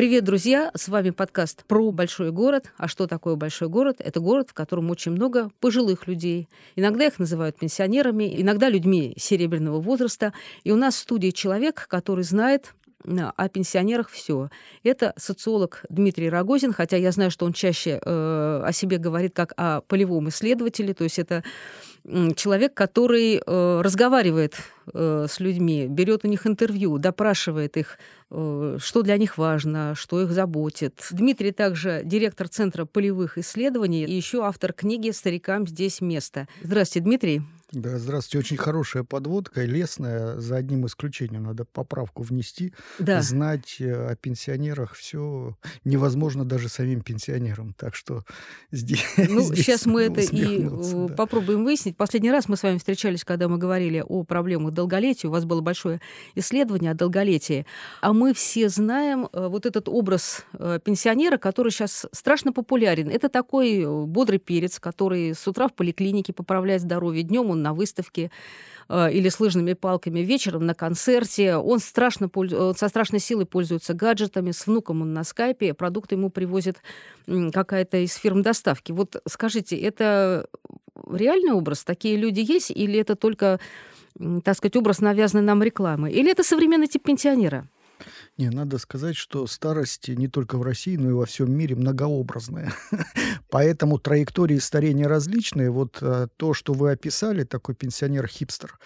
Привет, друзья! С вами подкаст про большой город. А что такое большой город? Это город, в котором очень много пожилых людей. Иногда их называют пенсионерами, иногда людьми серебряного возраста. И у нас в студии человек, который знает о пенсионерах все. Это социолог Дмитрий Рогозин, хотя я знаю, что он чаще о себе говорит как о полевом исследователе, то есть это человек, который разговаривает с людьми, берет у них интервью, допрашивает их, что для них важно, что их заботит. Дмитрий также директор Центра полевых исследований и еще автор книги «Старикам здесь место». Здравствуйте, Дмитрий. Да, здравствуйте. Очень хорошая подводка, лестная, за одним исключением. Надо поправку внести. Да. Знать о пенсионерах все невозможно даже самим пенсионерам. Так что здесь Сейчас мы это и да. попробуем выяснить. Последний раз мы с вами встречались, когда мы говорили о проблемах долголетия. У вас было большое исследование о долголетии. А мы все знаем вот этот образ пенсионера, который сейчас страшно популярен. Это такой бодрый перец, который с утра в поликлинике поправляет здоровье, днем он на выставке или с лыжными палками, вечером на концерте. Он со страшной силой пользуется гаджетами, с внуком он на скайпе, продукты ему привозит какая-то из фирм доставки. Вот скажите, это реальный образ? Такие люди есть? Или это только, так сказать, образ, навязанный нам рекламой? Или это современный тип пенсионера? Не, надо сказать, что старость не только в России, но и во всем мире многообразная. Поэтому траектории старения различные. Вот то, что вы описали, такой пенсионер-хипстер,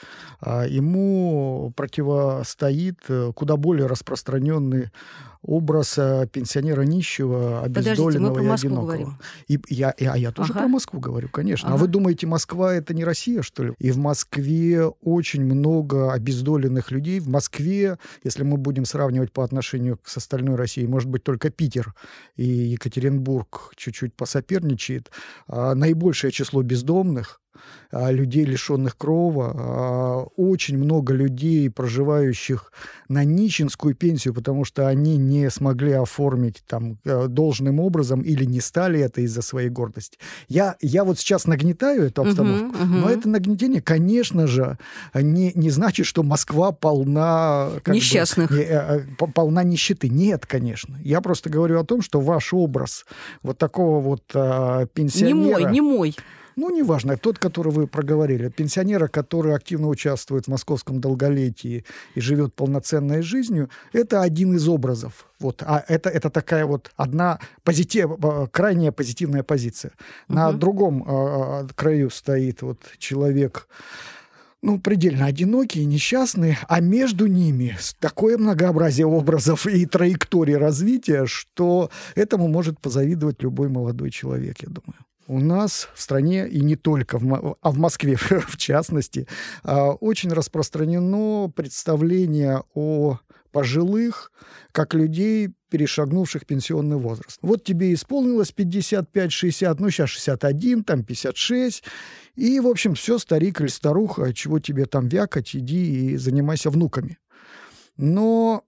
ему противостоит куда более распространенный образ пенсионера нищего, обездоленного и одинокого. Говорим. Я тоже про Москву говорю, конечно. А вы думаете, Москва — это не Россия, что ли? И в Москве очень много обездоленных людей. В Москве, если мы будем сравнивать по отношению с остальной Россией, может быть, только Питер и Екатеринбург чуть-чуть посоперничает. Наибольшее число бездомных, людей, лишенных крова, очень много людей, проживающих на нищенскую пенсию, потому что они не смогли оформить там должным образом или не стали это из-за своей гордости. Я вот сейчас нагнетаю эту обстановку, но это нагнетение, конечно же, не значит, что Москва полна несчастных. Полна нищеты. Нет, конечно. Я просто говорю о том, что ваш образ вот такого вот пенсионера... Не мой. Ну, неважно, тот, который вы проговорили. Пенсионера, который активно участвует в московском долголетии и живет полноценной жизнью, это один из образов. Вот. А это такая вот одна крайне позитивная позиция. На другом краю стоит вот человек, предельно одинокий, несчастный, а между ними такое многообразие образов и траекторий развития, что этому может позавидовать любой молодой человек, я думаю. У нас в стране, и не только, а в Москве в частности, очень распространено представление о пожилых как людей, перешагнувших пенсионный возраст. Вот тебе исполнилось 55-60, сейчас 61, там 56, и, в общем, все, старик или старуха, чего тебе там вякать, иди и занимайся внуками. Но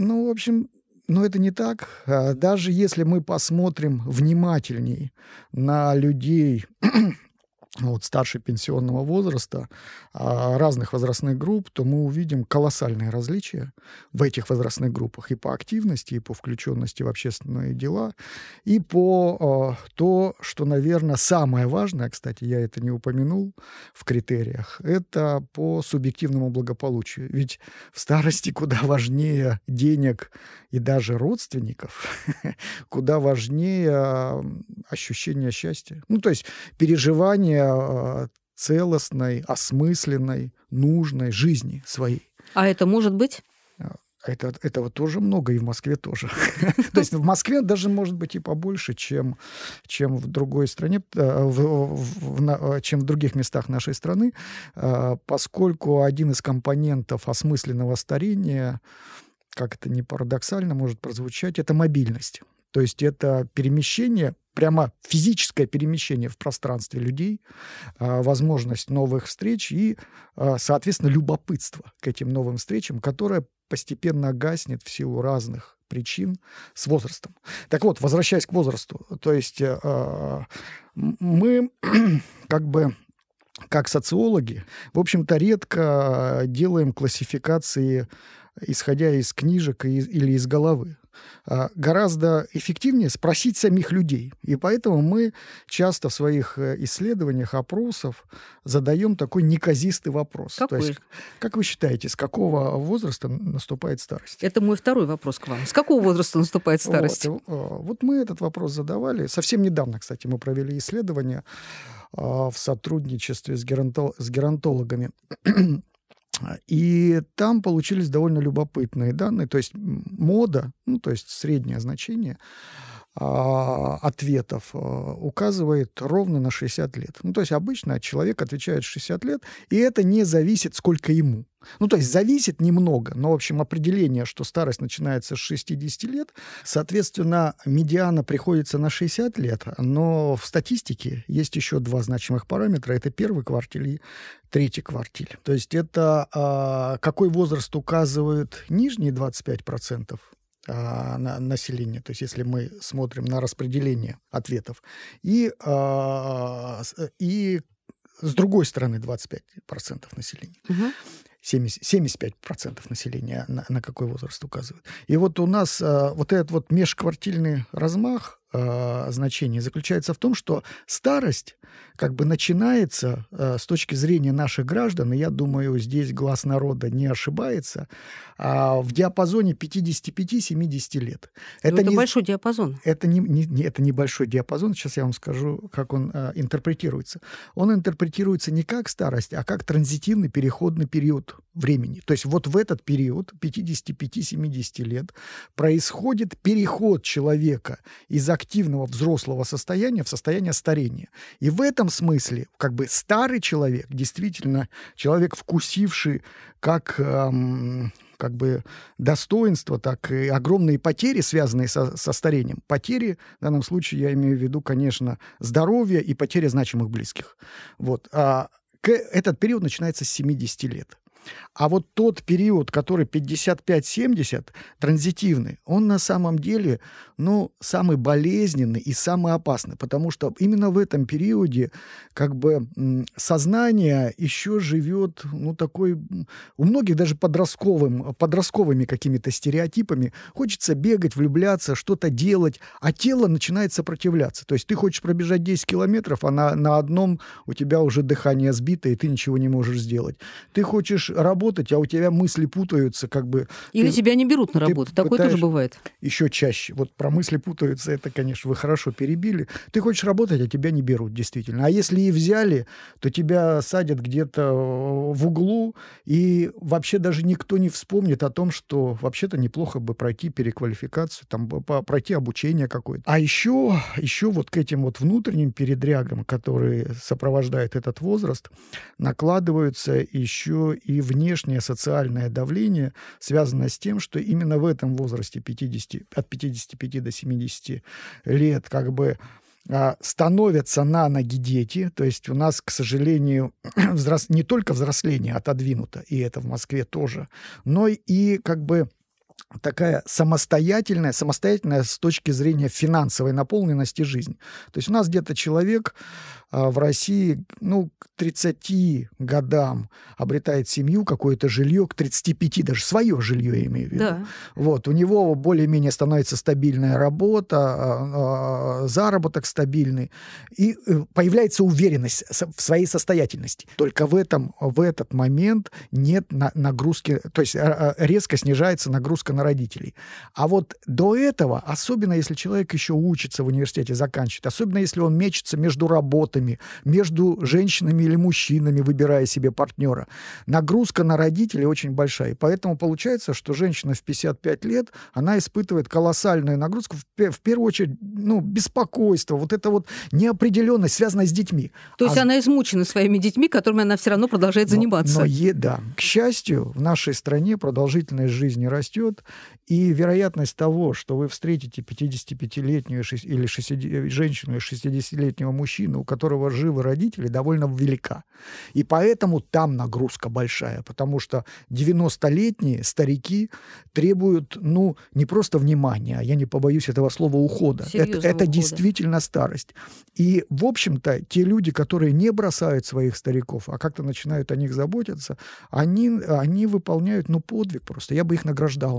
это не так. Даже если мы посмотрим внимательней на людей старше пенсионного возраста, разных возрастных групп, то мы увидим колоссальные различия в этих возрастных группах и по активности, и по включенности в общественные дела, и по то, что, наверное, самое важное, кстати, я это не упомянул в критериях, это по субъективному благополучию. Ведь в старости куда важнее денег и даже родственников, куда важнее ощущение счастья. То есть переживание целостной, осмысленной, нужной жизни своей. А это может быть? Этого тоже много, и в Москве тоже. То есть в Москве даже может быть и побольше, чем в другой стране, чем в других местах нашей страны, поскольку один из компонентов осмысленного старения, как это ни парадоксально может прозвучать, это мобильность. То есть это перемещение, прямо физическое перемещение в пространстве людей, возможность новых встреч и, соответственно, любопытство к этим новым встречам, которое постепенно гаснет в силу разных причин с возрастом. Так вот, возвращаясь к возрасту, то есть мы как социологи, в общем-то, редко делаем классификации, исходя из книжек или из головы. гораздо эффективнее спросить самих людей. И поэтому мы часто в своих исследованиях, опросов задаем такой неказистый вопрос. Какой? То есть, как вы считаете, с какого возраста наступает старость? Это мой второй вопрос к вам. С какого возраста наступает старость? Вот мы этот вопрос задавали. Совсем недавно, кстати, мы провели исследование в сотрудничестве с геронтологами. И там получились довольно любопытные данные. То есть мода, то есть среднее значение ответов указывает ровно на 60 лет. То есть обычно человек отвечает 60 лет, и это не зависит, сколько ему. То есть зависит немного, но, в общем, определение, что старость начинается с 60 лет, соответственно, медиана приходится на 60 лет, но в статистике есть еще два значимых параметра. Это первый квартиль и третий квартиль. То есть это какой возраст указывают нижние 25%, населения, то есть если мы смотрим на распределение ответов, и с другой стороны 25% населения. 75% населения на какой возраст указывают. И вот у нас вот этот вот межквартильный размах значение заключается в том, что старость как бы начинается с точки зрения наших граждан, и я думаю, здесь глаз народа не ошибается, в диапазоне 55-70 лет. Это большой диапазон. Это не большой диапазон. Сейчас я вам скажу, как он интерпретируется. Он интерпретируется не как старость, а как транзитивный переходный период времени. То есть вот в этот период 55-70 лет происходит переход человека из активного взрослого состояния в состояние старения. И в этом смысле как бы старый человек, действительно человек, вкусивший как бы достоинства, так и огромные потери, связанные со старением. Потери, в данном случае я имею в виду, конечно, здоровье и потери значимых близких. Вот. Этот период начинается с 70 лет. А вот тот период, который 55-70, транзитивный, он на самом деле, самый болезненный и самый опасный, потому что именно в этом периоде как бы сознание еще живет, такой, у многих даже подростковыми какими-то стереотипами. Хочется бегать, влюбляться, что-то делать, а тело начинает сопротивляться. То есть ты хочешь пробежать 10 километров, а на одном у тебя уже дыхание сбито, и ты ничего не можешь сделать. Ты хочешь работать, а у тебя мысли путаются, как бы... Или тебя не берут на работу. Такое тоже бывает. Еще чаще. Вот про мысли путаются, это, конечно, вы хорошо перебили. Ты хочешь работать, а тебя не берут, действительно. А если и взяли, то тебя садят где-то в углу, и вообще даже никто не вспомнит о том, что вообще-то неплохо бы пройти переквалификацию, пройти обучение какое-то. А еще вот к этим вот внутренним передрягам, которые сопровождают этот возраст, накладываются еще и внешнее социальное давление, связанное с тем, что именно в этом возрасте от 55 до 70 лет как бы становятся на ноги дети. То есть у нас, к сожалению, не только взросление отодвинуто, и это в Москве тоже, но и как бы такая самостоятельная с точки зрения финансовой наполненности жизнь. То есть у нас где-то человек в России, к 30 годам обретает семью, какое-то жилье, к 35, даже свое жилье, я имею в виду. Да. Вот, у него более-менее становится стабильная работа, заработок стабильный, и появляется уверенность в своей состоятельности. Только в этот момент нет нагрузки, то есть резко снижается нагрузка на родителей. А вот до этого, особенно если человек еще учится в университете, заканчивает, особенно если он мечется между работами, между женщинами или мужчинами, выбирая себе партнера, нагрузка на родителей очень большая. И поэтому получается, что женщина в 55 лет, она испытывает колоссальную нагрузку, в первую очередь, беспокойство, вот эта вот неопределенность, связанная с детьми. То есть она измучена своими детьми, которыми она все равно продолжает заниматься. Да. К счастью, в нашей стране продолжительность жизни растет, и вероятность того, что вы встретите 55-летнюю или женщину или 60-летнего мужчину, у которого живы родители, довольно велика. И поэтому там нагрузка большая, потому что 90-летние старики требуют, не просто внимания, а я не побоюсь этого слова, ухода. Это действительно старость. И, в общем-то, те люди, которые не бросают своих стариков, а как-то начинают о них заботиться, они выполняют, подвиг просто. Я бы их награждал,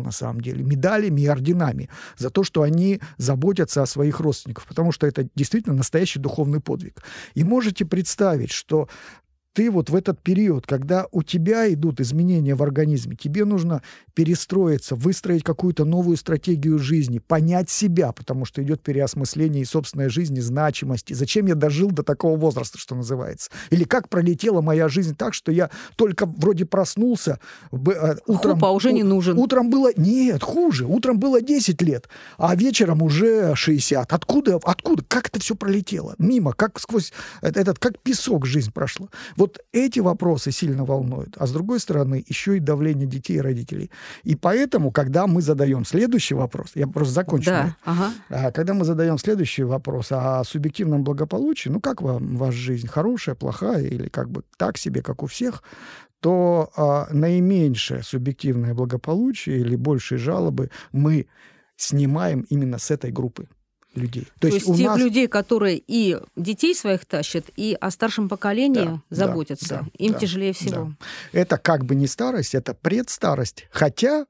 на самом деле, медалями и орденами за то, что они заботятся о своих родственниках, потому что это действительно настоящий духовный подвиг. И можете представить, что ты вот в этот период, когда у тебя идут изменения в организме, тебе нужно перестроиться, выстроить какую-то новую стратегию жизни, понять себя, потому что идет переосмысление и собственной жизни, значимости. Зачем я дожил до такого возраста, что называется? Или как пролетела моя жизнь так, что я только вроде проснулся утром... Хопа, уже не нужен. Утром было... Нет, хуже. Утром было 10 лет, а вечером уже 60. Откуда? Как это все пролетело? Мимо, как сквозь... как песок жизнь прошла. Вот эти вопросы сильно волнуют. А с другой стороны, еще и давление детей и родителей. И поэтому, когда мы задаем следующий вопрос, я просто закончу. Да, ага. Когда мы задаем следующий вопрос о субъективном благополучии, ну как вам ваша жизнь, хорошая, плохая или как бы так себе, как у всех, то наименьшее субъективное благополучие или большие жалобы мы снимаем именно с этой группы людей. То есть тех людей, которые и детей своих тащат, и о старшем поколении заботятся. Им тяжелее всего. Да. Это как бы не старость, это предстарость. Хотя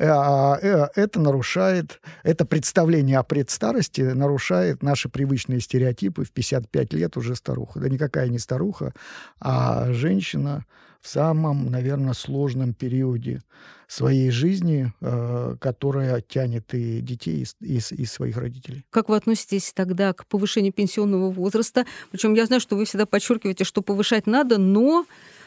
это нарушает, это представление о предстарости нарушает наши привычные стереотипы. В 55 лет уже старуха. Да никакая не старуха, а женщина в самом, наверное, сложном периоде своей жизни, которая тянет и детей, и своих родителей. Как вы относитесь тогда к повышению пенсионного возраста? Причем я знаю, что вы всегда подчеркиваете, что повышать надо, но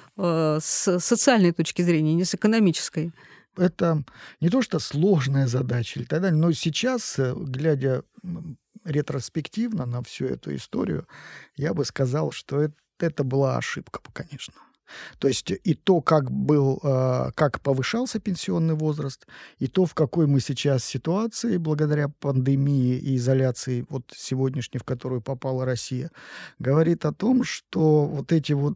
с социальной точки зрения, не с экономической. Это не то, что сложная задача, или так далее, но сейчас, глядя ретроспективно на всю эту историю, я бы сказал, что это была ошибка, конечно. То есть и то, как повышался пенсионный возраст, и то, в какой мы сейчас ситуации, благодаря пандемии и изоляции вот сегодняшней, в которую попала Россия, говорит о том, что вот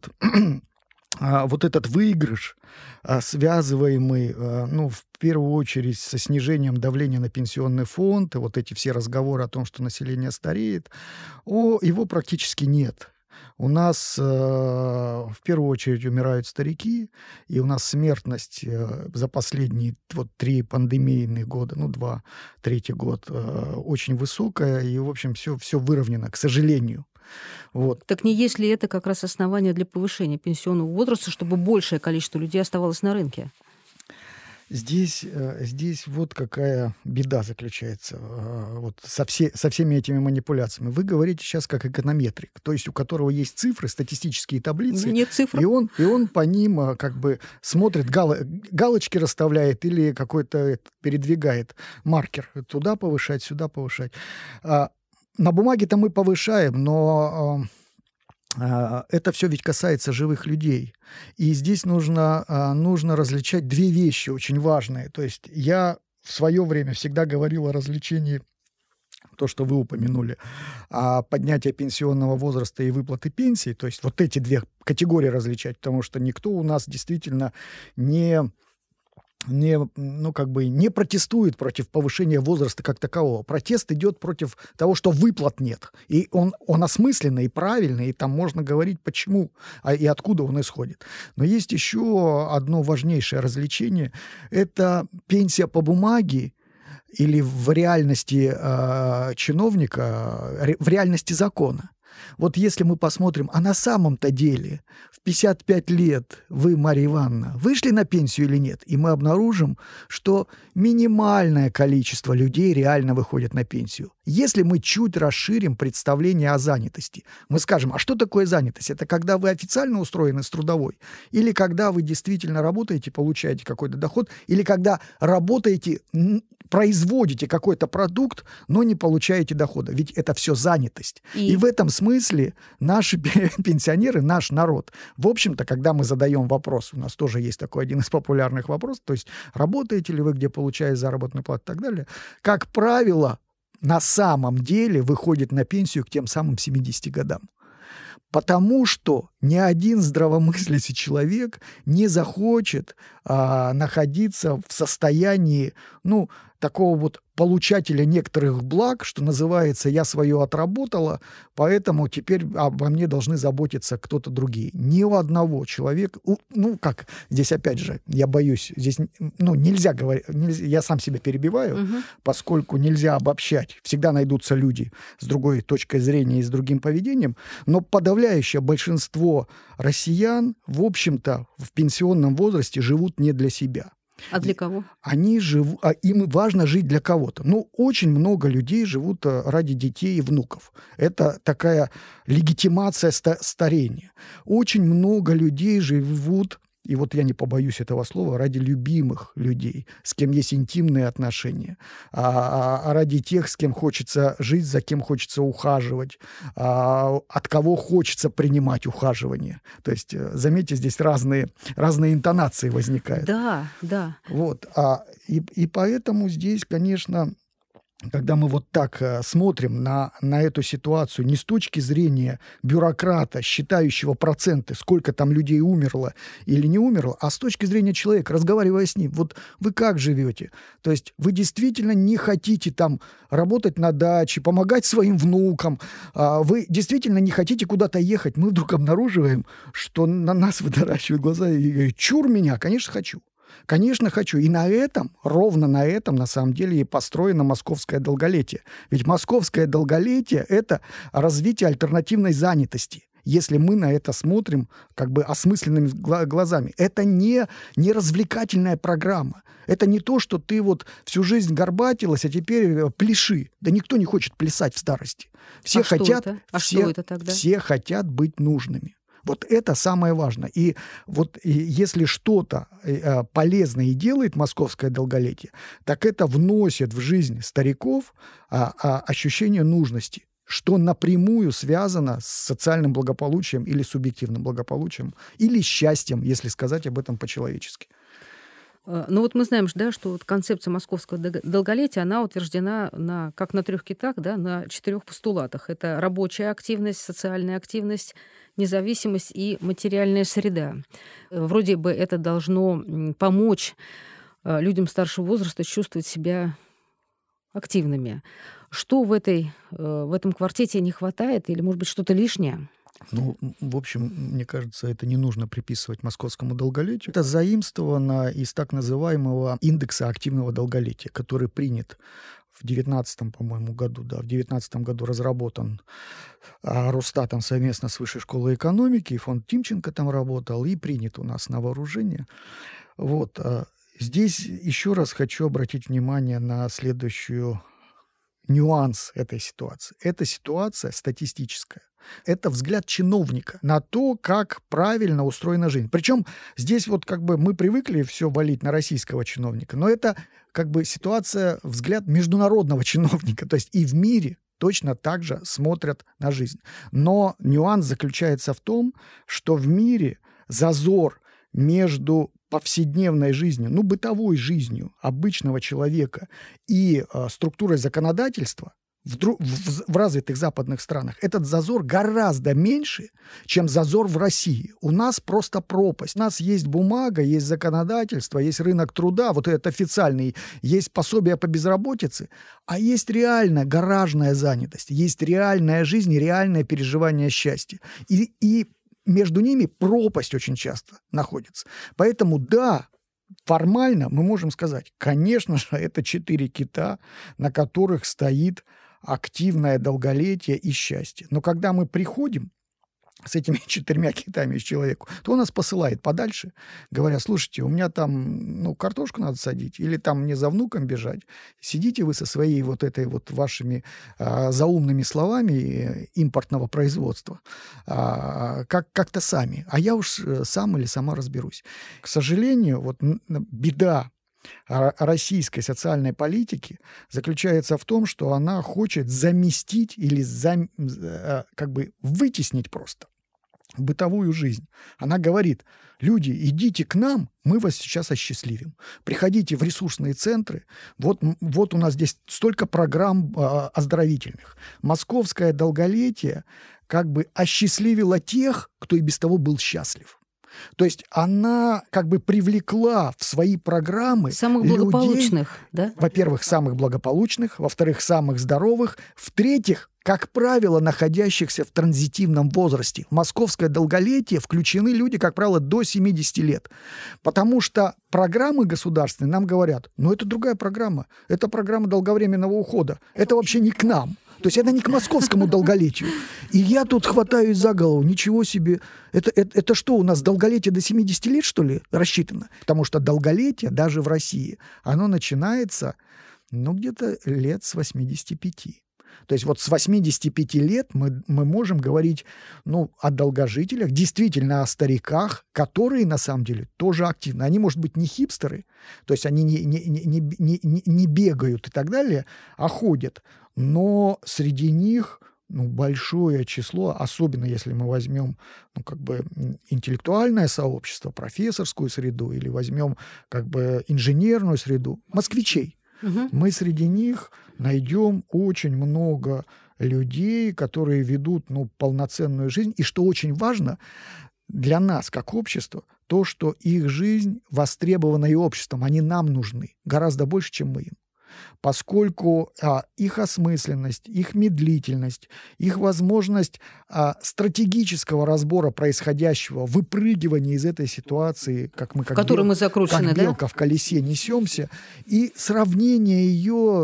этот выигрыш, связываемый, в первую очередь со снижением давления на пенсионный фонд, и вот эти все разговоры о том, что население стареет, его практически нет. У нас в первую очередь умирают старики, и у нас смертность за последние 3 пандемийных года, 2, 3 год, очень высокая, и, в общем, все выровнено, к сожалению. Вот. Так не есть ли это как раз основание для повышения пенсионного возраста, чтобы большее количество людей оставалось на рынке? Здесь вот какая беда заключается со всеми этими манипуляциями. Вы говорите сейчас как эконометрик, то есть у которого есть цифры, статистические таблицы. Нет цифр. И он по ним как бы смотрит, галочки расставляет или какой-то передвигает маркер. Туда повышать, сюда повышать. На бумаге-то мы повышаем, но... это все ведь касается живых людей. И здесь нужно различать 2 вещи очень важные. То есть я в свое время всегда говорил о различении, то, что вы упомянули, о поднятии пенсионного возраста и выплаты пенсий. То есть вот эти 2 категории различать, потому что никто у нас действительно не протестует против повышения возраста как такового. Протест идет против того, что выплат нет. И он осмысленный и правильный, и там можно говорить, почему и откуда он исходит. Но есть еще одно важнейшее различение. Это пенсия по бумаге или в реальности чиновника, в реальности закона. Вот если мы посмотрим, а на самом-то деле в 55 лет вы, Марья Ивановна, вышли на пенсию или нет? И мы обнаружим, что минимальное количество людей реально выходит на пенсию. Если мы чуть расширим представление о занятости, мы скажем, а что такое занятость? Это когда вы официально устроены с трудовой? Или когда вы действительно работаете, получаете какой-то доход? Или когда работаете, производите какой-то продукт, но не получаете дохода? Ведь это все занятость. И в этом смысле наши пенсионеры, наш народ, в общем-то, когда мы задаем вопрос, у нас тоже есть такой один из популярных вопросов, то есть работаете ли вы, где получаете заработную плату и так далее, как правило, на самом деле выходит на пенсию к тем самым 70 годам. Потому что ни один здравомыслящий человек не захочет находиться в состоянии, такого вот получателя некоторых благ, что называется, я свое отработала, поэтому теперь обо мне должны заботиться кто-то другие. Ни у одного человека, ну как, здесь опять же, я боюсь, здесь нельзя говорить, я сам себя перебиваю, поскольку нельзя обобщать. Всегда найдутся люди с другой точкой зрения и с другим поведением, но подавляющее большинство россиян, в общем-то, в пенсионном возрасте живут не для себя. А для кого? Они живут, им важно жить для кого-то. Ну, очень много людей живут ради детей и внуков. Это такая легитимация старения. Очень много людей живут, и вот я не побоюсь этого слова, ради любимых людей, с кем есть интимные отношения, ради тех, с кем хочется жить, за кем хочется ухаживать, от кого хочется принимать ухаживание. То есть, заметьте, здесь разные интонации возникают. Да, да. Вот. И поэтому здесь, конечно, когда мы вот так смотрим на эту ситуацию не с точки зрения бюрократа, считающего проценты, сколько там людей умерло или не умерло, а с точки зрения человека, разговаривая с ним. Вот вы как живете? То есть вы действительно не хотите там работать на даче, помогать своим внукам, вы действительно не хотите куда-то ехать. Мы вдруг обнаруживаем, что на нас вытаращивают глаза и говорят: чур меня, конечно, хочу. Конечно, хочу. И ровно на этом, на самом деле, и построено московское долголетие. Ведь московское долголетие – это развитие альтернативной занятости. Если мы на это смотрим как бы осмысленными глазами. Это не развлекательная программа. Это не то, что ты вот всю жизнь горбатилась, а теперь пляши. Да никто не хочет плясать в старости. Все хотят, что это тогда? Все хотят быть нужными. Вот это самое важное. И вот если что-то полезное и делает московское долголетие, так это вносит в жизнь стариков ощущение нужности, что напрямую связано с социальным благополучием или субъективным благополучием, или счастьем, если сказать об этом по-человечески. Ну вот мы знаем, да, что вот концепция московского долголетия, она утверждена как на 3 китах, да, на 4 постулатах. Это рабочая активность, социальная активность, независимость и материальная среда. Вроде бы это должно помочь людям старшего возраста чувствовать себя активными. Что в этом квартете не хватает или, может быть, что-то лишнее? Ну, в общем, мне кажется, это не нужно приписывать московскому долголетию. Это заимствовано из так называемого индекса активного долголетия, который принят в 19-м, по-моему, году. Да, в 19-м году разработан Росстатом совместно с Высшей школой экономики, и фонд Тимченко там работал, и принят у нас на вооружение. Вот. Здесь еще раз хочу обратить внимание на следующую нюанс этой ситуации. Эта ситуация статистическая. Это взгляд чиновника на то, как правильно устроена жизнь. Причем здесь вот как бы мы привыкли все валить на российского чиновника, но это как бы ситуация, взгляд международного чиновника. То есть и в мире точно так же смотрят на жизнь. Но нюанс заключается в том, что в мире зазор между повседневной жизнью, бытовой жизнью обычного человека и структурой законодательства в развитых западных странах, этот зазор гораздо меньше, чем зазор в России. У нас просто пропасть. У нас есть бумага, есть законодательство, есть рынок труда, вот этот официальный, есть пособие по безработице, а есть реально гаражная занятость, есть реальная жизнь и реальное переживание счастья. И между ними пропасть очень часто находится. Поэтому да, формально мы можем сказать, конечно же, это 4 кита, на которых стоит активное долголетие и счастье. Но когда мы приходим с этими 4 китами из человека, то он нас посылает подальше, говоря: слушайте, у меня там картошку надо садить, или там мне за внуком бежать. Сидите вы со своей вот этой вот вашими заумными словами импортного производства как-то сами. А я уж сам или сама разберусь. К сожалению, вот беда российской социальной политики заключается в том, что она хочет заместить или как бы вытеснить просто бытовую жизнь. Она говорит: люди, идите к нам, мы вас сейчас осчастливим. Приходите в ресурсные центры, вот у нас здесь столько программ оздоровительных. Московское долголетие как бы осчастливило тех, кто и без того был счастлив. То есть она как бы привлекла в свои программы самых благополучных, людей, да? Во-первых, самых благополучных, во-вторых, самых здоровых, в-третьих, как правило, находящихся в транзитивном возрасте. В московское долголетие включены люди, как правило, до 70 лет. Потому что программы государственные нам говорят, это другая программа. Это программа долговременного ухода. Это вообще не к нам. То есть это не к московскому долголетию. И я тут хватаюсь за голову. Ничего себе. Это что, у нас долголетие до 70 лет, что ли, рассчитано? Потому что долголетие, даже в России, оно начинается, где-то лет с 85. То есть вот с 85 лет мы можем говорить о долгожителях, действительно о стариках, которые на самом деле тоже активны. Они, может быть, не хипстеры, то есть они не бегают и так далее, а ходят. Но среди них большое число, особенно если мы возьмем интеллектуальное сообщество, профессорскую среду или возьмем инженерную среду, москвичей. Мы среди них найдем очень много людей, которые ведут полноценную жизнь. И что очень важно для нас, как общества, то, что их жизнь востребована и обществом. Они нам нужны гораздо больше, чем мы им. Поскольку их осмысленность, их медлительность, их возможность стратегического разбора происходящего, выпрыгивания из этой ситуации, как мы, как белка в колесе несемся, и сравнение ее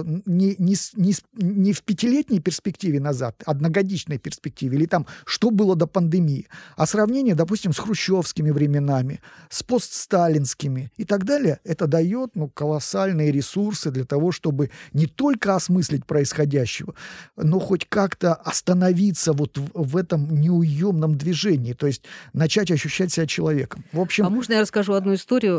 не в пятилетней перспективе назад, одногодичной перспективе, или там, что было до пандемии, а сравнение, допустим, с хрущевскими временами, с постсталинскими и так далее, это дает колоссальные ресурсы для того, чтобы не только осмыслить происходящего, но хоть как-то остановиться вот в этом неуемном движении, то есть начать ощущать себя человеком. В общем... А можно я расскажу одну историю?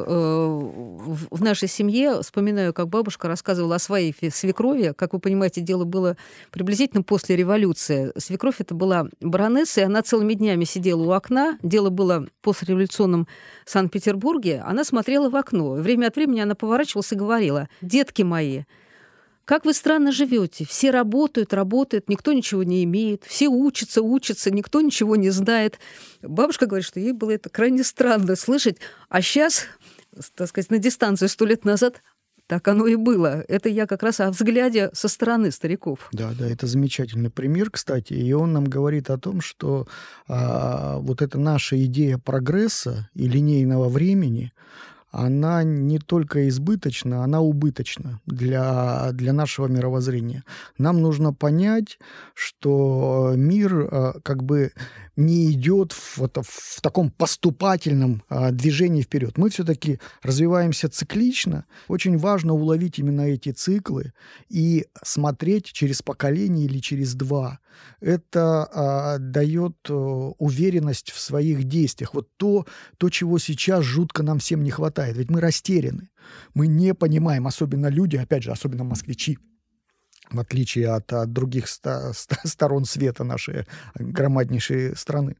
В нашей семье вспоминаю, как бабушка рассказывала о своей свекрови. Как вы понимаете, дело было приблизительно после революции. Свекровь это была баронесса, и она целыми днями сидела у окна. Дело было в постреволюционном Санкт-Петербурге. Она смотрела в окно. Время от времени она поворачивалась и говорила: «Детки мои, как вы странно живете. Все работают, никто ничего не имеет. Все учатся, никто ничего не знает». Бабушка говорит, что ей было это крайне странно слышать. А сейчас, так сказать, на дистанции 100 лет назад так оно и было. Это я как раз о взгляде со стороны стариков. Да, это замечательный пример, кстати. И он нам говорит о том, что вот эта наша идея прогресса и линейного времени, она не только избыточна, она убыточна для нашего мировоззрения. Нам нужно понять, что мир не идет в таком поступательном движении вперед. Мы все-таки развиваемся циклично. Очень важно уловить именно эти циклы и смотреть через поколение или через два. Это дает уверенность в своих действиях. Вот то, чего сейчас жутко нам всем не хватает. Ведь мы растеряны. Мы не понимаем, особенно люди, опять же, особенно москвичи, в отличие от других сторон света нашей громаднейшей страны.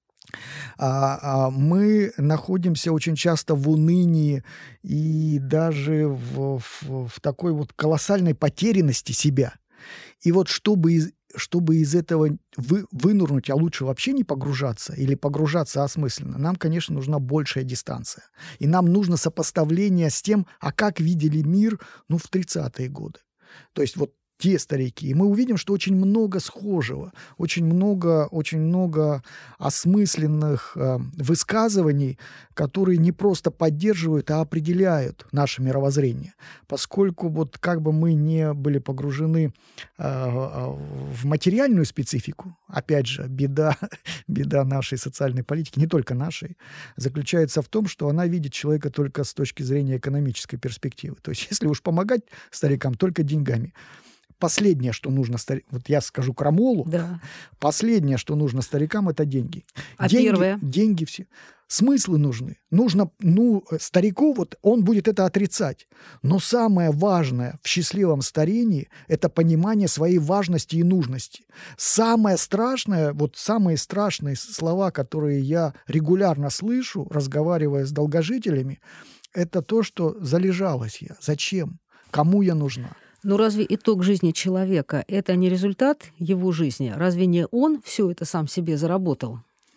Мы находимся очень часто в унынии и даже в такой вот колоссальной потерянности себя. И вот чтобы из этого вынырнуть, а лучше вообще не погружаться или погружаться осмысленно, нам, конечно, нужна большая дистанция. И нам нужно сопоставление с тем, как видели мир в 30-е годы. То есть вот те старики. И мы увидим, что очень много схожего, очень много осмысленных высказываний, которые не просто поддерживают, а определяют наше мировоззрение. Поскольку вот как бы мы не были погружены в материальную специфику, опять же, беда нашей социальной политики, не только нашей, заключается в том, что она видит человека только с точки зрения экономической перспективы. То есть если уж помогать старикам, только деньгами. Последнее, что нужно старикам, вот я скажу крамолу, да. Последнее, что нужно старикам, это деньги. Первое? Деньги все. Смыслы нужны. Старику он будет это отрицать. Но самое важное в счастливом старении – это понимание своей важности и нужности. Самое страшное, самые страшные слова, которые я регулярно слышу, разговаривая с долгожителями, это то, что залежалась я. Зачем? Кому я нужна? Но разве итог жизни человека – это не результат его жизни? Разве не он все это сам себе заработал?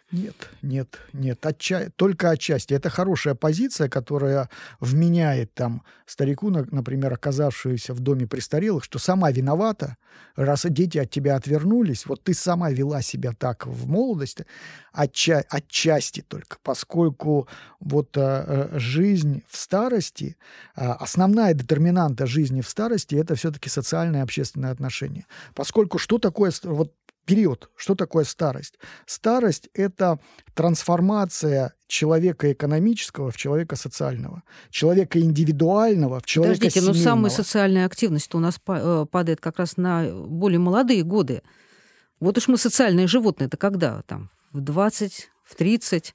Нет. Только отчасти. Это хорошая позиция, которая вменяет там старику, например, оказавшуюся в доме престарелых, что сама виновата, раз дети от тебя отвернулись, вот ты сама вела себя так в молодости, отчасти только, поскольку вот жизнь в старости, основная детерминанта жизни в старости — это все-таки социальные и общественные отношения. Поскольку что такое... Вот период. Что такое старость? Старость — это трансформация человека экономического в человека социального, человека индивидуального в человека семейного. Подождите, но самая социальная активность у нас падает как раз на более молодые годы. Вот уж мы социальные животные. Это когда? Там, в 20, в 30?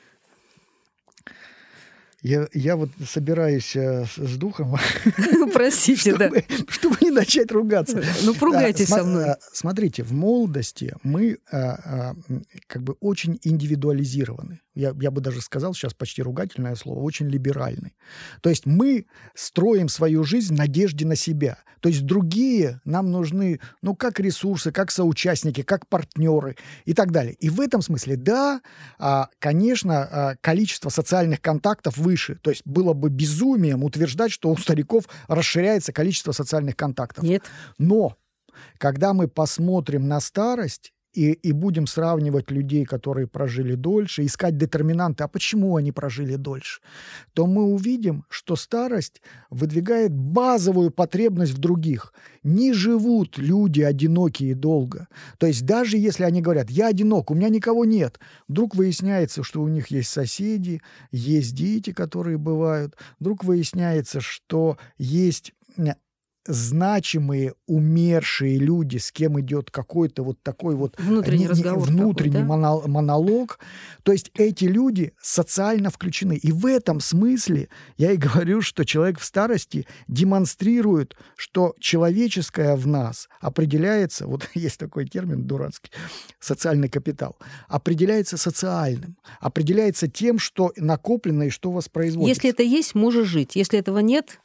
Я вот собираюсь с духом, простите, да, чтобы не начать ругаться. Ну, поругайтесь со мной. Смотрите, в молодости мы как бы очень индивидуализированы. Я бы даже сказал, сейчас почти ругательное слово, очень либеральны. То есть мы строим свою жизнь в надежде на себя. То есть другие нам нужны, ну, как ресурсы, как соучастники, как партнеры и так далее. И в этом смысле, да, конечно, количество социальных контактов выше. То есть было бы безумием утверждать, что у стариков расширяется количество социальных контактов. Нет. Но когда мы посмотрим на старость, и будем сравнивать людей, которые прожили дольше, искать детерминанты, а почему они прожили дольше, то мы увидим, что старость выдвигает базовую потребность в других. Не живут люди одинокие долго. То есть даже если они говорят: «Я одинок, у меня никого нет», вдруг выясняется, что у них есть соседи, есть дети, которые бывают, вдруг выясняется, что есть значимые, умершие люди, с кем идет какой-то вот такой вот внутренний разговор, внутренний такой, да? монолог. То есть эти люди социально включены. И в этом смысле я и говорю, что человек в старости демонстрирует, что человеческое в нас определяется, вот есть такой термин дурацкий, социальный капитал, определяется социальным, определяется тем, что накоплено и что воспроизводится. Если это есть, можешь жить. Если этого нет,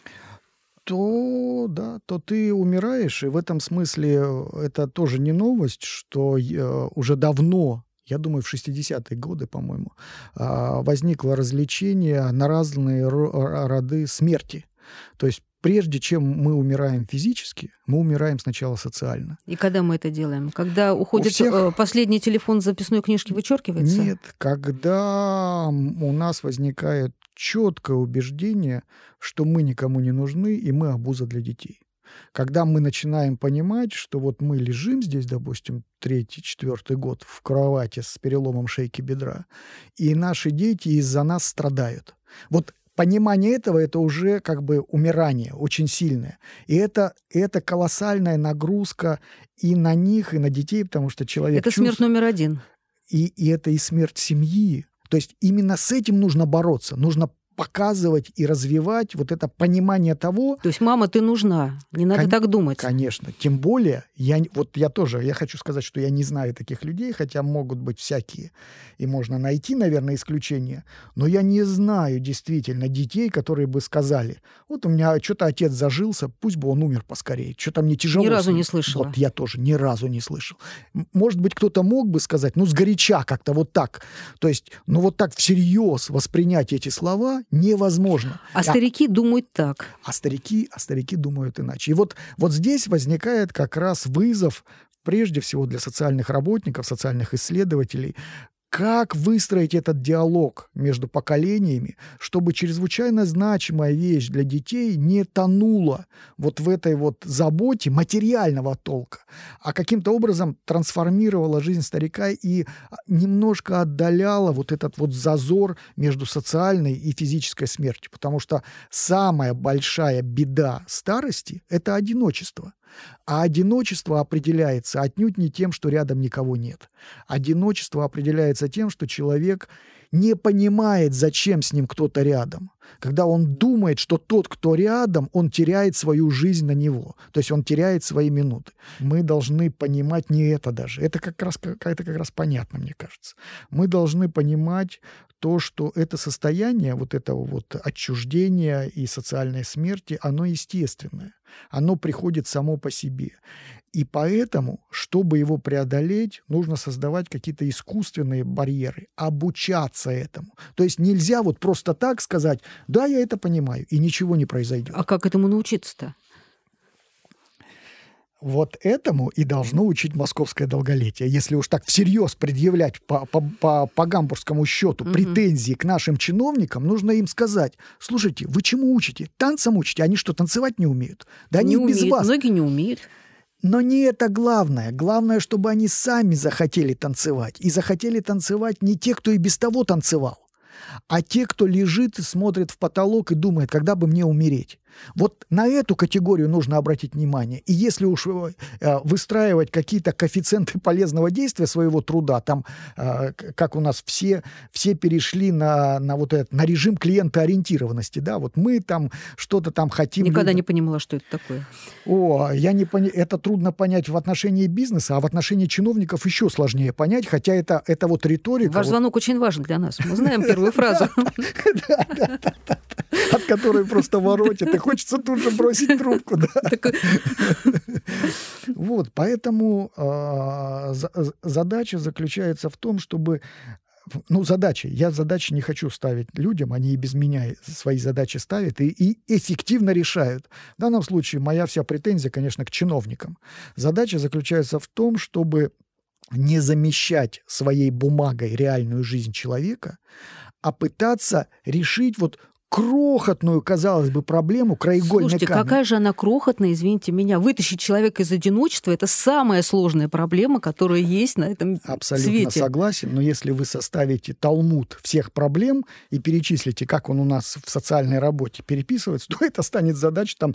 то ты умираешь. И в этом смысле это тоже не новость, что уже давно, я думаю, в 60-е годы, по-моему, возникло развлечение на разные роды смерти. То есть прежде чем мы умираем физически, мы умираем сначала социально. И когда мы это делаем? Когда уходит последний телефон с записной книжки, вычеркивается? Нет, когда у нас возникает четкое убеждение, что мы никому не нужны, и мы обуза для детей. Когда мы начинаем понимать, что вот мы лежим здесь, допустим, 3-4 год в кровати с переломом шейки бедра, и наши дети из-за нас страдают. Вот понимание этого — это уже как бы умирание очень сильное. И это колоссальная нагрузка и на них, и на детей, потому что человек... Это смерть номер один. И это и смерть семьи. То есть именно с этим нужно бороться. Нужно показывать и развивать вот это понимание того... То есть, мама, ты нужна, не надо так думать. Конечно. Тем более, я хочу сказать, что я не знаю таких людей, хотя могут быть всякие, и можно найти, наверное, исключения, но я не знаю действительно детей, которые бы сказали: вот у меня что-то отец зажился, пусть бы он умер поскорее, что-то мне тяжело. Ни разу не слышала. Вот я тоже ни разу не слышал. Может быть, кто-то мог бы сказать, сгоряча как-то вот так. То есть, вот так всерьез воспринять эти слова невозможно. А старики думают так. А старики думают иначе. И вот здесь возникает как раз вызов, прежде всего для социальных работников, социальных исследователей, как выстроить этот диалог между поколениями, чтобы чрезвычайно значимая вещь для детей не тонула вот в этой вот заботе материального толка, а каким-то образом трансформировала жизнь старика и немножко отдаляла вот этот вот зазор между социальной и физической смертью. Потому что самая большая беда старости — это одиночество. А одиночество определяется отнюдь не тем, что рядом никого нет. Одиночество определяется тем, что человек не понимает, зачем с ним кто-то рядом. Когда он думает, что тот, кто рядом, он теряет свою жизнь на него. То есть он теряет свои минуты. Мы должны понимать не это даже. Это как раз понятно, мне кажется. Мы должны понимать то, что это состояние вот этого вот отчуждения и социальной смерти, оно естественное. Оно приходит само по себе. И поэтому, чтобы его преодолеть, нужно создавать какие-то искусственные барьеры, обучаться этому. То есть нельзя вот просто так сказать: да, я это понимаю, и ничего не произойдет. А как этому научиться-то? Вот этому и должно учить московское долголетие. Если уж так всерьез предъявлять по гамбургскому счету претензии к нашим чиновникам, нужно им сказать: слушайте, вы чему учите? Танцам учите? Они что, танцевать не умеют? Да они без вас. Многие не умеют. Но не это главное. Главное, чтобы они сами захотели танцевать. И захотели танцевать не те, кто и без того танцевал, а те, кто лежит и смотрит в потолок и думает, когда бы мне умереть. Вот на эту категорию нужно обратить внимание. И если уж выстраивать какие-то коэффициенты полезного действия своего труда, там, как у нас все перешли на вот этот, на режим клиентоориентированности, да, вот мы там что-то там хотим... Никогда не понимала, что это такое. Это трудно понять в отношении бизнеса, а в отношении чиновников еще сложнее понять, хотя это вот риторика... Ваш звонок очень важен для нас. Мы знаем первую фразу. От которой просто воротит, и хочется тут же бросить трубку. Вот, поэтому задача заключается в том, чтобы... Я задачи не хочу ставить людям, они и без меня свои задачи ставят и эффективно решают. В данном случае моя вся претензия, конечно, к чиновникам. Задача заключается в том, чтобы не замещать своей бумагой реальную жизнь человека, а пытаться решить вот крохотную, казалось бы, проблему, краеугольный камень. Слушайте, какая же она крохотная, извините меня. Вытащить человека из одиночества – это самая сложная проблема, которая есть на этом свете. Абсолютно согласен, но если вы составите талмуд всех проблем и перечислите, как он у нас в социальной работе переписывается, то это станет задача там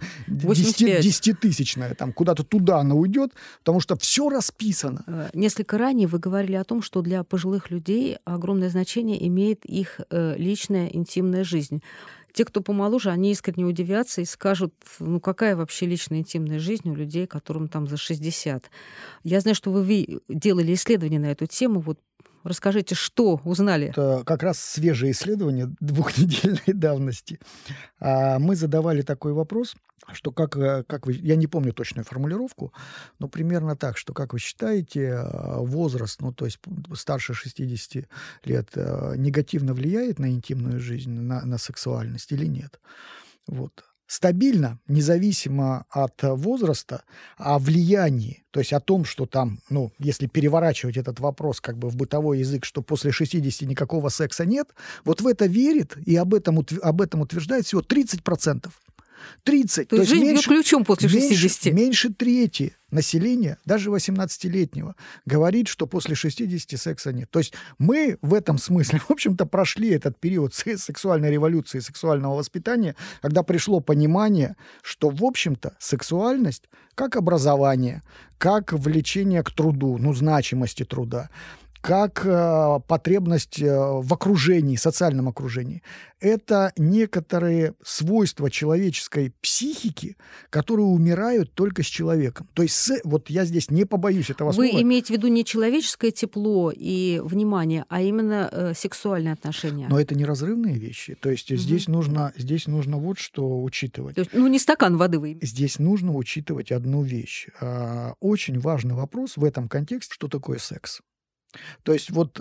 10-тысячная, там куда-то туда она уйдет, потому что все расписано. Несколько ранее вы говорили о том, что для пожилых людей огромное значение имеет их личная интимная жизнь. Те, кто помоложе, они искренне удивятся и скажут, какая вообще личная интимная жизнь у людей, которым там за 60. Я знаю, что вы делали исследования на эту тему. Вот расскажите, что узнали? Это как раз свежее исследование 2-недельной давности. Мы задавали такой вопрос, что как вы... Я не помню точную формулировку, но примерно так, что как вы считаете, возраст, то есть старше 60 лет, негативно влияет на интимную жизнь, на сексуальность или нет? Вот. Стабильно, независимо от возраста, о влиянии, то есть о том, что там, если переворачивать этот вопрос как бы в бытовой язык, что после 60 никакого секса нет, вот в это верит и об этом утверждает всего 30%. 30. То есть жизнь бьет ключом после 60. Меньше трети населения, даже 18-летнего, говорит, что после 60 секса нет. То есть мы в этом смысле, в общем-то, прошли этот период сексуальной революции, сексуального воспитания, когда пришло понимание, что, в общем-то, сексуальность как образование, как влечение к труду, значимости труда, как потребность в окружении, социальном окружении. Это некоторые свойства человеческой психики, которые умирают только с человеком. То есть вот я здесь не побоюсь этого слова. Вы имеете в виду не человеческое тепло и внимание, а именно сексуальные отношения? Но это неразрывные вещи. То есть здесь нужно вот что учитывать. То есть, не стакан воды вы имеете. Здесь нужно учитывать одну вещь. Очень важный вопрос в этом контексте, что такое секс. То есть вот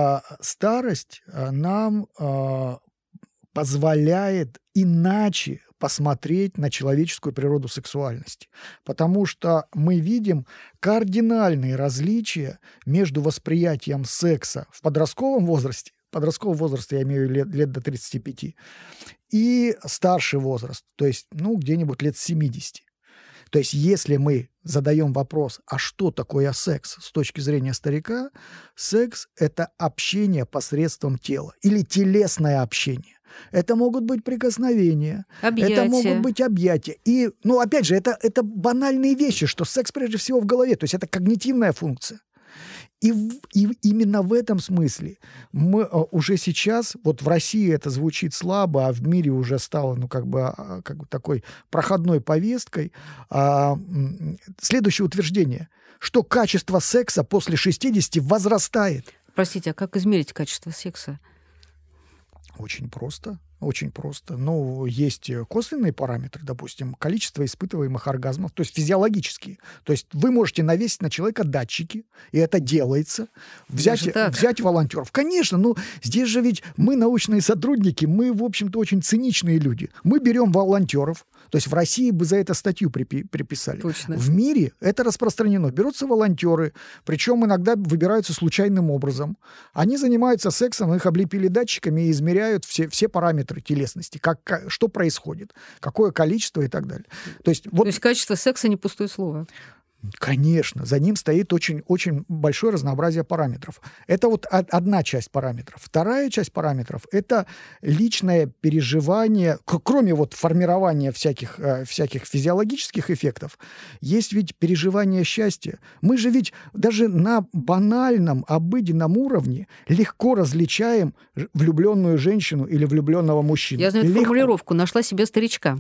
старость нам позволяет иначе посмотреть на человеческую природу сексуальности, потому что мы видим кардинальные различия между восприятием секса в подростковом возрасте я имею в виду лет до 35, и старший возраст, то есть где-нибудь лет 70. То есть если мы задаем вопрос, а что такое секс с точки зрения старика, секс – это общение посредством тела или телесное общение. Это могут быть прикосновения, это могут быть объятия. И, опять же, это банальные вещи, что секс прежде всего в голове, то есть это когнитивная функция. И именно в этом смысле мы уже сейчас, вот в России это звучит слабо, а в мире уже стало, как бы такой проходной повесткой. Следующее утверждение, что качество секса после 60 возрастает. Простите, а как измерить качество секса? Очень просто. Очень просто. Ну, есть косвенные параметры, допустим, количество испытываемых оргазмов, то есть физиологические. То есть вы можете навесить на человека датчики, и это делается. Взять волонтеров. Конечно, ну, здесь же ведь мы научные сотрудники, мы, в общем-то, очень циничные люди. Мы берем волонтеров, то есть в России бы за это статью приписали. Точно. В мире это распространено. Берутся волонтеры, причем иногда выбираются случайным образом. Они занимаются сексом, их облепили датчиками и измеряют все параметры телесности, что происходит, какое количество и так далее. То есть качество секса не пустое слово. Конечно, за ним стоит очень большое разнообразие параметров. Это вот одна часть параметров. Вторая часть параметров – это личное переживание, кроме вот формирования всяких физиологических эффектов, есть ведь переживание счастья. Мы же ведь даже на банальном, обыденном уровне легко различаем влюбленную женщину или влюбленного мужчину. Я знаю формулировку «нашла себе старичка».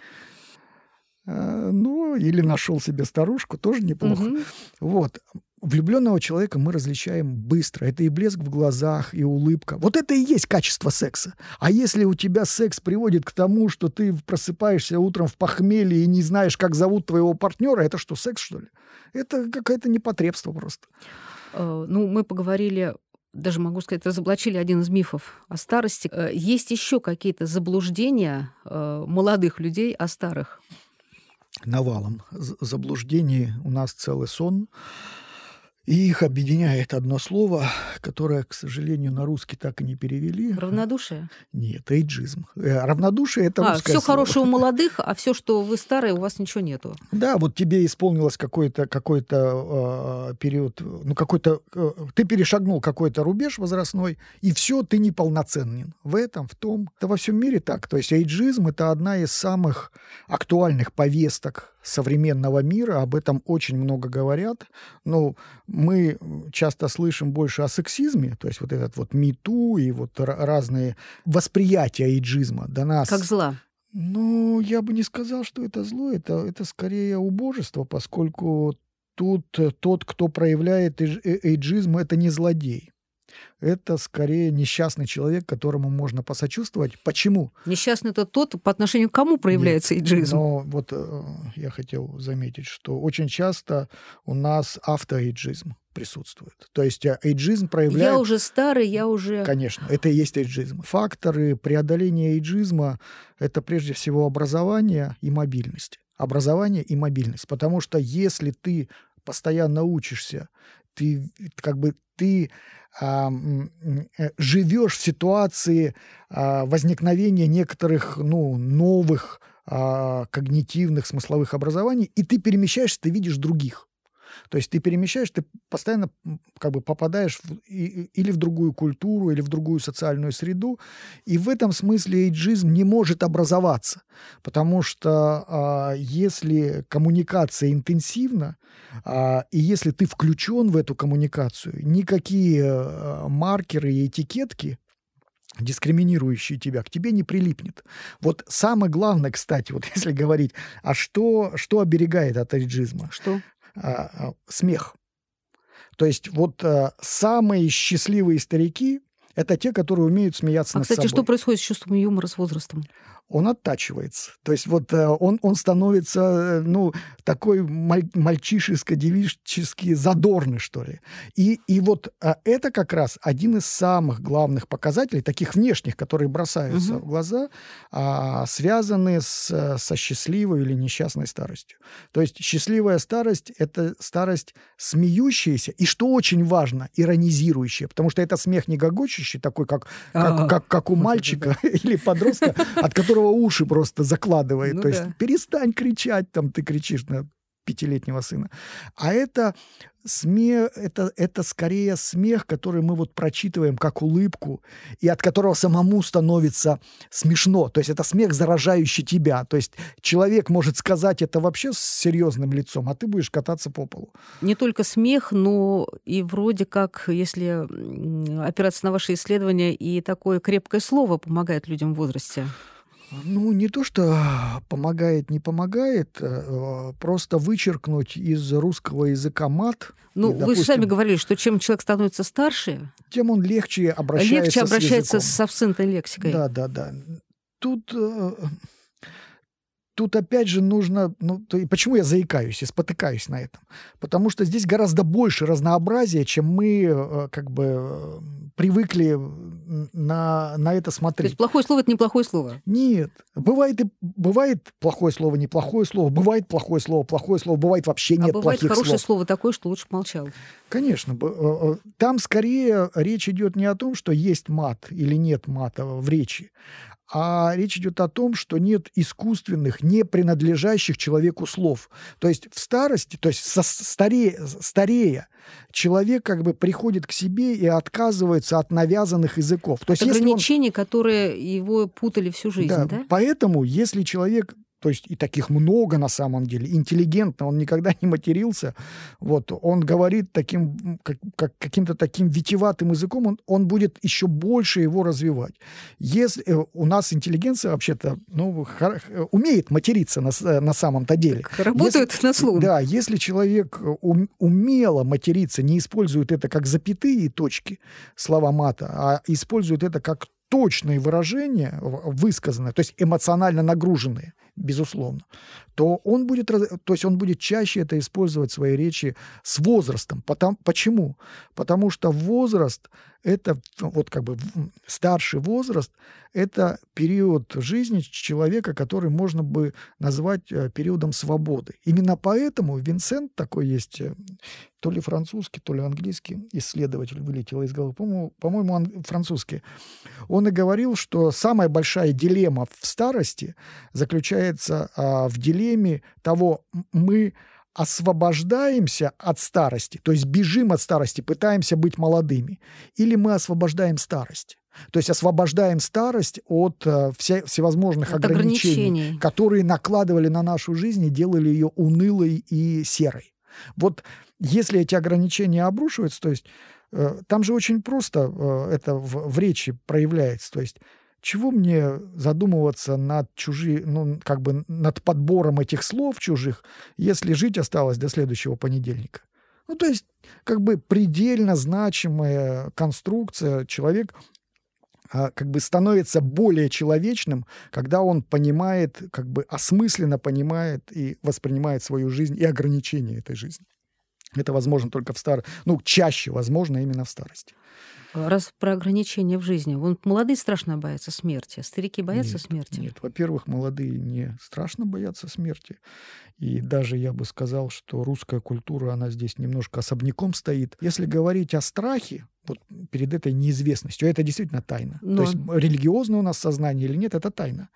Ну, или нашел себе старушку, тоже неплохо. Угу. Вот. Влюбленного человека мы различаем быстро. Это и блеск в глазах, и улыбка. Вот это и есть качество секса. А если у тебя секс приводит к тому, что ты просыпаешься утром в похмелье и не знаешь, как зовут твоего партнера, это что, секс, что ли? Это какое-то непотребство просто. Ну, мы поговорили... Даже, могу сказать, разоблачили один из мифов о старости. Есть еще какие-то заблуждения молодых людей о старых? Навалом заблуждений у нас целый сон. И их объединяет одно слово, которое, к сожалению, на русский так и не перевели. Равнодушие? Нет, эйджизм. Равнодушие – это русское все слово. хорошее у молодых, а все, что вы старые, у вас ничего нету. Да, вот тебе исполнилось какой-то период, ты перешагнул какой-то рубеж возрастной, и все, ты неполноценен. В этом, в том. Это во всем мире так. То есть эйджизм – это одна из самых актуальных повесток современного мира, об этом очень много говорят. Ну, мы часто слышим больше о сексизме, то есть вот этот вот МИТУ и вот разные восприятия эйджизма до нас. Как зла. Ну, я бы не сказал, что это зло, это скорее убожество, поскольку тут тот, кто проявляет эйджизм, это не злодей. Это скорее несчастный человек, которому можно посочувствовать. Почему? Несчастный это тот, по отношению к кому проявляется эйджизм. Но вот я хотел заметить, что очень часто у нас автоэйджизм присутствует. То есть эйджизм проявляет... Я уже старый, я уже... Конечно, это и есть эйджизм. Факторы преодоления эйджизма – это прежде всего образование и мобильность. Образование и мобильность. Потому что если ты постоянно учишься, ты живешь в ситуации возникновения некоторых новых когнитивных смысловых образований, и ты перемещаешься, ты видишь других. То есть ты перемещаешь, ты постоянно попадаешь или в другую культуру, или в другую социальную среду. И в этом смысле эйджизм не может образоваться. Потому что если коммуникация интенсивна, и если ты включен в эту коммуникацию, никакие маркеры и этикетки, дискриминирующие тебя, к тебе не прилипнет. Вот самое главное, кстати, вот если говорить, что оберегает от эйджизма? Что? Смех. То есть вот самые счастливые старики – это те, которые умеют смеяться над собой. Кстати, что происходит с чувством юмора с возрастом? Он оттачивается. То есть вот он становится такой мальчишеско-девически задорный, что ли. И вот это как раз один из самых главных показателей, таких внешних, которые бросаются в глаза, связанные со счастливой или несчастной старостью. То есть счастливая старость – это старость смеющаяся, и, что очень важно, иронизирующая, потому что это смех не гогочущий, такой, как у мальчика или подростка, от которого уши просто закладывает. То есть перестань кричать, там ты кричишь на 5-летнего сына. А это смех, это скорее смех, который мы вот прочитываем как улыбку, и от которого самому становится смешно. То есть это смех, заражающий тебя. То есть человек может сказать это вообще с серьезным лицом, а ты будешь кататься по полу. Не только смех, но и вроде как, если опираться на ваши исследования, и такое крепкое слово помогает людям в возрасте. Не то, что помогает, не помогает, просто вычеркнуть из русского языка мат. Вы же сами говорили, что чем человек становится старше, тем он легче обращается с обсцентной лексикой. Да. Тут опять же нужно... почему я заикаюсь и спотыкаюсь на этом? Потому что здесь гораздо больше разнообразия, чем мы привыкли на это смотреть. То есть плохое слово – это неплохое слово? Нет. Бывает плохое слово, неплохое слово. Бывает плохое слово, бывает вообще нет плохих слов. А бывает хорошее слово такое, что лучше молчал. Конечно. Там скорее речь идет не о том, что есть мат или нет мата в речи, а речь идет о том, что нет искусственных, не принадлежащих человеку слов. То есть в старости, то есть старея, человек как бы приходит к себе и отказывается от навязанных языков. То есть ограничений, которые его путали всю жизнь, да? Поэтому, если человек... То есть и таких много на самом деле. Интеллигентно, он никогда не матерился. Он говорит каким-то таким витиеватым языком, он будет еще больше его развивать. Если у нас интеллигенция вообще-то умеет материться на самом-то деле. Работают на слух. Да, если человек умело материться, не использует это как запятые и точки, слова мата, а использует это как точные выражения, высказанные, то есть эмоционально нагруженные, безусловно, то он будет чаще это использовать в своей речи с возрастом. Почему? Потому что возраст – это старший возраст – это период жизни человека, который можно бы назвать периодом свободы. Именно поэтому Винсент, такой есть, то ли французский, то ли английский исследователь, вылетел из головы, по-моему, французский, он и говорил, что самая большая дилемма в старости заключается в дилемме того, мы освобождаемся от старости, то есть бежим от старости, пытаемся быть молодыми, или мы освобождаем старость. То есть освобождаем старость от всевозможных ограничений, которые накладывали на нашу жизнь и делали ее унылой и серой. Если эти ограничения обрушиваются, то есть там же очень просто это в речи проявляется, то есть чего мне задумываться над над подбором этих слов чужих, если жить осталось до следующего понедельника? То есть предельно значимая конструкция. Человек становится более человечным, когда он понимает, осмысленно понимает и воспринимает свою жизнь и ограничения этой жизни. Это возможно только чаще возможно именно в старости. Раз про ограничения в жизни. Молодые страшно боятся смерти, старики боятся смерти? Нет, во-первых, молодые не страшно боятся смерти. И даже я бы сказал, что русская культура, она здесь немножко особняком стоит. Если говорить о страхе, перед этой неизвестностью, это действительно тайна. То есть религиозное у нас сознание или нет, это тайна.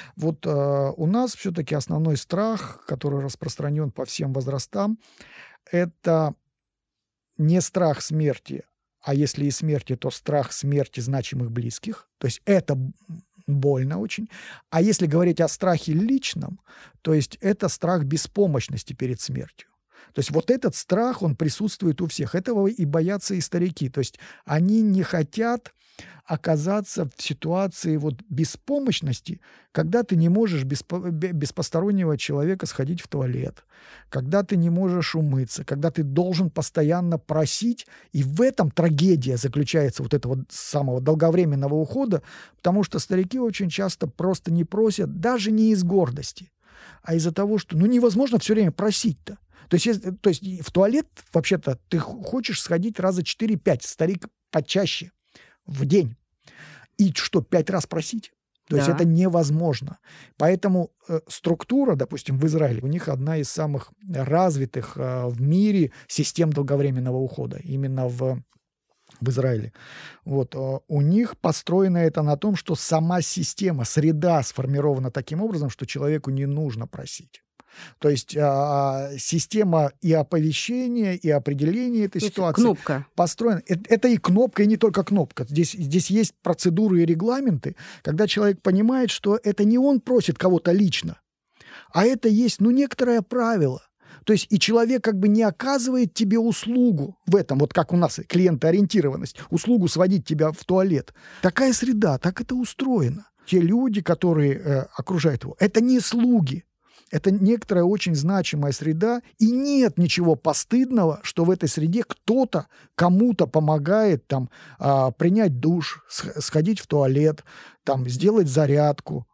У нас все-таки основной страх, который распространен по всем возрастам, это не страх смерти, а если и смерти, то страх смерти значимых близких. То есть это больно очень. А если говорить о страхе личном, то есть это страх беспомощности перед смертью. То есть этот страх, он присутствует у всех. Этого и боятся и старики. То есть они не хотят оказаться в ситуации беспомощности, когда ты не можешь без постороннего человека сходить в туалет, когда ты не можешь умыться, когда ты должен постоянно просить, и в этом трагедия заключается этого самого долговременного ухода, потому что старики очень часто просто не просят, даже не из гордости, а из-за того, что невозможно все время просить-то. То есть в туалет, вообще-то, ты хочешь сходить раза 4-5, старик почаще в день. И 5 раз просить? То есть это невозможно. Поэтому структура, допустим, в Израиле, у них одна из самых развитых в мире систем долговременного ухода. Именно в Израиле. У них построено это на том, что сама система, среда сформирована таким образом, что человеку не нужно просить. То есть система и оповещения, и определения этой ситуации кнопка построена. Это и кнопка, и не только кнопка. Здесь есть процедуры и регламенты, когда человек понимает, что это не он просит кого-то лично, а это есть некоторое правило. То есть и человек не оказывает тебе услугу в этом, как у нас клиентоориентированность, услугу сводить тебя в туалет. Такая среда, так это устроено. Те люди, которые окружают его, это не слуги. Это некоторая очень значимая среда, и нет ничего постыдного, что в этой среде кто-то кому-то помогает принять душ, сходить в туалет, сделать зарядку,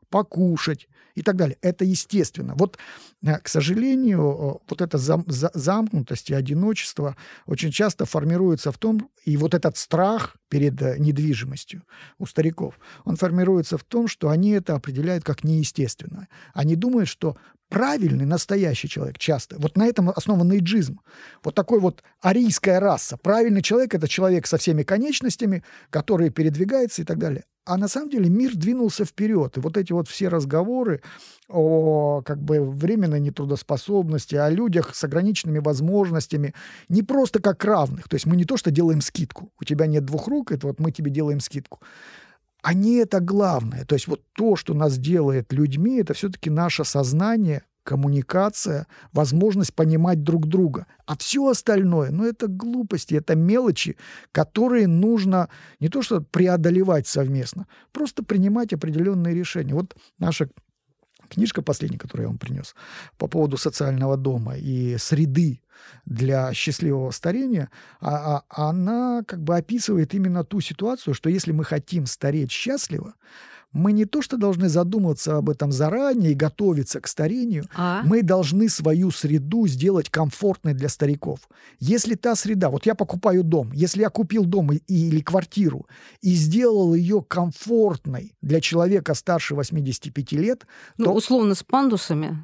покушать и так далее. Это естественно. Вот, к сожалению, вот эта замкнутость и одиночество очень часто формируется в том, и вот этот страх перед недвижимостью у стариков, он формируется в том, что они это определяют как неестественное. Они думают, что правильный, настоящий человек часто, вот на этом основан эйджизм, вот такой вот арийская раса. Правильный человек — это человек со всеми конечностями, который передвигается и так далее. А на самом деле мир двинулся вперед. И вот эти вот все разговоры о как бы временной нетрудоспособности, о людях с ограниченными возможностями, не просто как равных. То есть мы не то что делаем скидку. У тебя нет двух рук, это вот мы тебе делаем скидку. А не это главное. То есть вот то, что нас делает людьми, это все-таки наше сознание, коммуникация, возможность понимать друг друга. А все остальное, ну, это глупости, это мелочи, которые нужно не то что преодолевать совместно, просто принимать определенные решения. Вот наша книжка последняя, которую я вам принес, по поводу социального дома и среды для счастливого старения, она как бы описывает именно ту ситуацию, что если мы хотим стареть счастливо, мы не то что должны задумываться об этом заранее и готовиться к старению, мы должны свою среду сделать комфортной для стариков. Если та среда, вот я покупаю дом, если я купил дом или квартиру и сделал ее комфортной для человека старше 85 лет, то... условно с пандусами.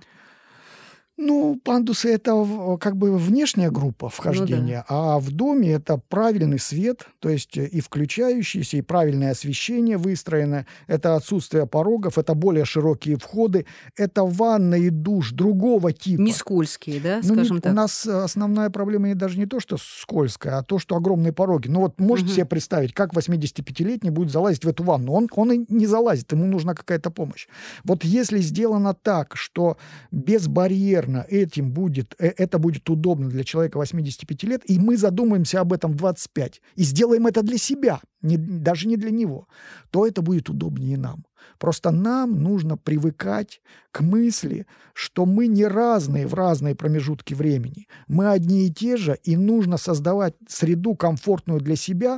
Ну, пандусы — это как бы внешняя группа вхождения, а в доме это правильный свет, то есть и включающийся, и правильное освещение выстроено, это отсутствие порогов, это более широкие входы, это ванна и душ другого типа. Не скользкие, да, скажем так? У нас основная проблема даже не то, что скользкая, а то, что огромные пороги. Ну вот можете себе представить, как 85-летний будет залазить в эту ванну? Он и не залазит, ему нужна какая-то помощь. Вот если сделано так, что безбарьерно это будет удобно для человека 85 лет, и мы задумаемся об этом в 25, и сделаем это для себя, даже не для него, то это будет удобнее нам. Просто нам нужно привыкать к мысли, что мы не разные в разные промежутки времени. Мы одни и те же, и нужно создавать среду комфортную для себя,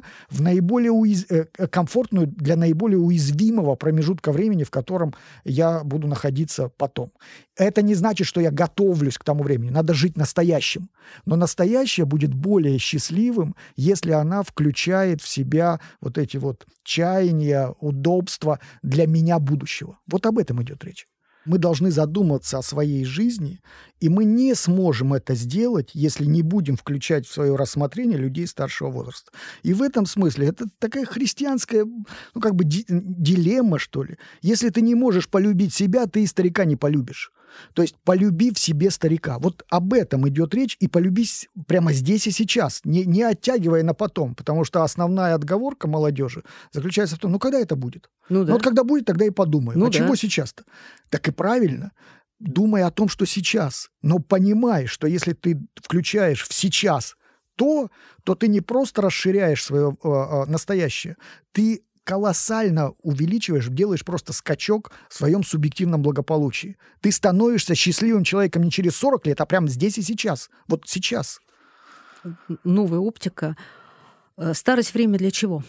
комфортную для наиболее уязвимого промежутка времени, в котором я буду находиться потом. Это не значит, что я готовлюсь к тому времени. Надо жить настоящим. Но настоящее будет более счастливым, если она включает в себя вот эти вот чаяния, удобства для меня будущего. Вот об этом идет речь. Мы должны задуматься о своей жизни, и мы не сможем это сделать, если не будем включать в свое рассмотрение людей старшего возраста. И в этом смысле это такая христианская, ну, как бы дилемма, что ли. Если ты не можешь полюбить себя, ты и старика не полюбишь. То есть полюби в себе старика. Вот об этом идет речь, и полюбись прямо здесь и сейчас, не оттягивая на потом, потому что основная отговорка молодежи заключается в том, ну когда это будет? Ну вот когда будет, тогда и подумаем. Чего сейчас-то? Так и правильно. Думай о том, что сейчас, но понимай, что если ты включаешь в сейчас то ты не просто расширяешь свое настоящее, ты колоссально увеличиваешь, делаешь просто скачок в своем субъективном благополучии. Ты становишься счастливым человеком не через 40 лет, а прямо здесь и сейчас. Вот сейчас. Новая оптика. Старость — время для чего?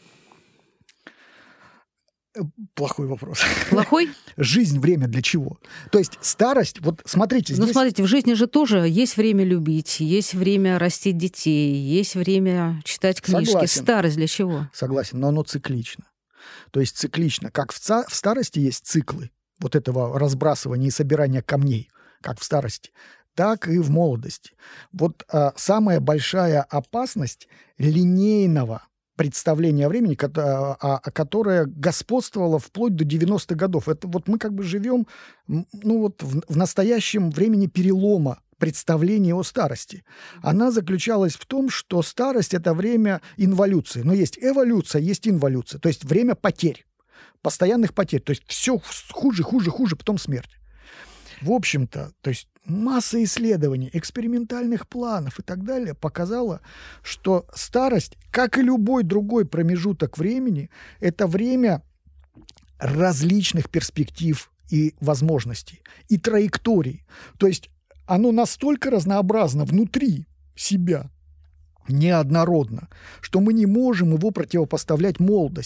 Плохой вопрос. Плохой? Жизнь — время для чего? То есть старость, вот смотрите... Ну, смотрите, в жизни же тоже есть время любить, есть время растить детей, есть время читать книжки. Согласен. Старость для чего? Согласен, но оно циклично. То есть циклично. Как в старости есть циклы вот этого разбрасывания и собирания камней, как в старости, так и в молодости. Вот самая большая опасность линейного представление о времени, которое господствовало вплоть до 90-х годов. Это вот мы как бы живем в настоящем времени перелома представления о старости. Она заключалась в том, что старость — это время инволюции. Но есть эволюция, есть инволюция. То есть время потерь, постоянных потерь. То есть все хуже, потом смерть. В общем-то, то есть масса исследований, экспериментальных планов и так далее показала, что старость, как и любой другой промежуток времени, это время различных перспектив и возможностей, и траекторий. То есть оно настолько разнообразно внутри себя, неоднородно, что мы не можем его противопоставлять молодости.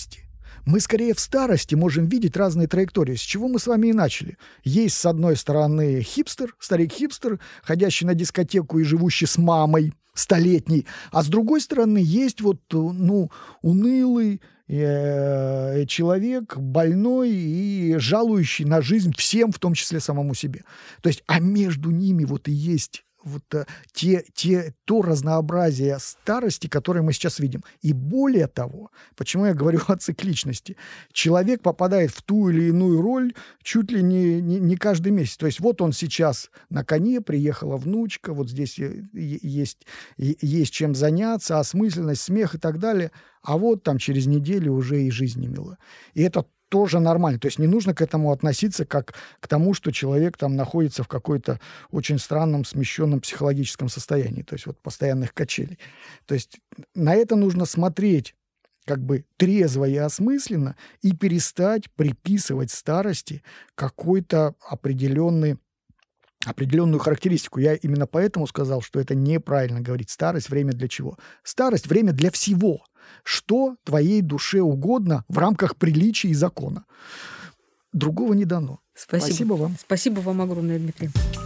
Мы скорее в старости можем видеть разные траектории, с чего мы с вами и начали. Есть, с одной стороны, хипстер, старик-хипстер, ходящий на дискотеку и живущий с мамой столетней, а с другой стороны есть вот, унылый человек, больной и жалующий на жизнь всем, в том числе самому себе. То есть, а между ними вот и есть вот то разнообразие старости, которое мы сейчас видим. И более того, почему я говорю о цикличности, человек попадает в ту или иную роль чуть ли не каждый месяц. То есть вот он сейчас на коне, приехала внучка, вот здесь есть чем заняться, осмысленность, смех и так далее, а вот там через неделю уже и жизнь не мила. И это тоже нормально. То есть не нужно к этому относиться как к тому, что человек там находится в какой-то очень странном, смещенном психологическом состоянии. То есть вот постоянных качелей. То есть на это нужно смотреть как бы трезво и осмысленно и перестать приписывать старости какой-то определенную характеристику. Я именно поэтому сказал, что это неправильно говорить. Старость – время для чего? Старость – время для всего, что твоей душе угодно в рамках приличия и закона. Другого не дано. Спасибо вам. Спасибо вам огромное, Дмитрий.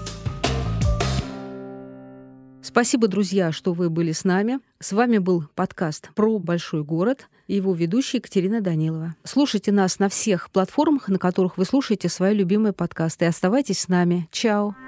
Спасибо, друзья, что вы были с нами. С вами был подкаст «Про большой город» и его ведущая Екатерина Данилова. Слушайте нас на всех платформах, на которых вы слушаете свои любимые подкасты. И оставайтесь с нами. Чао!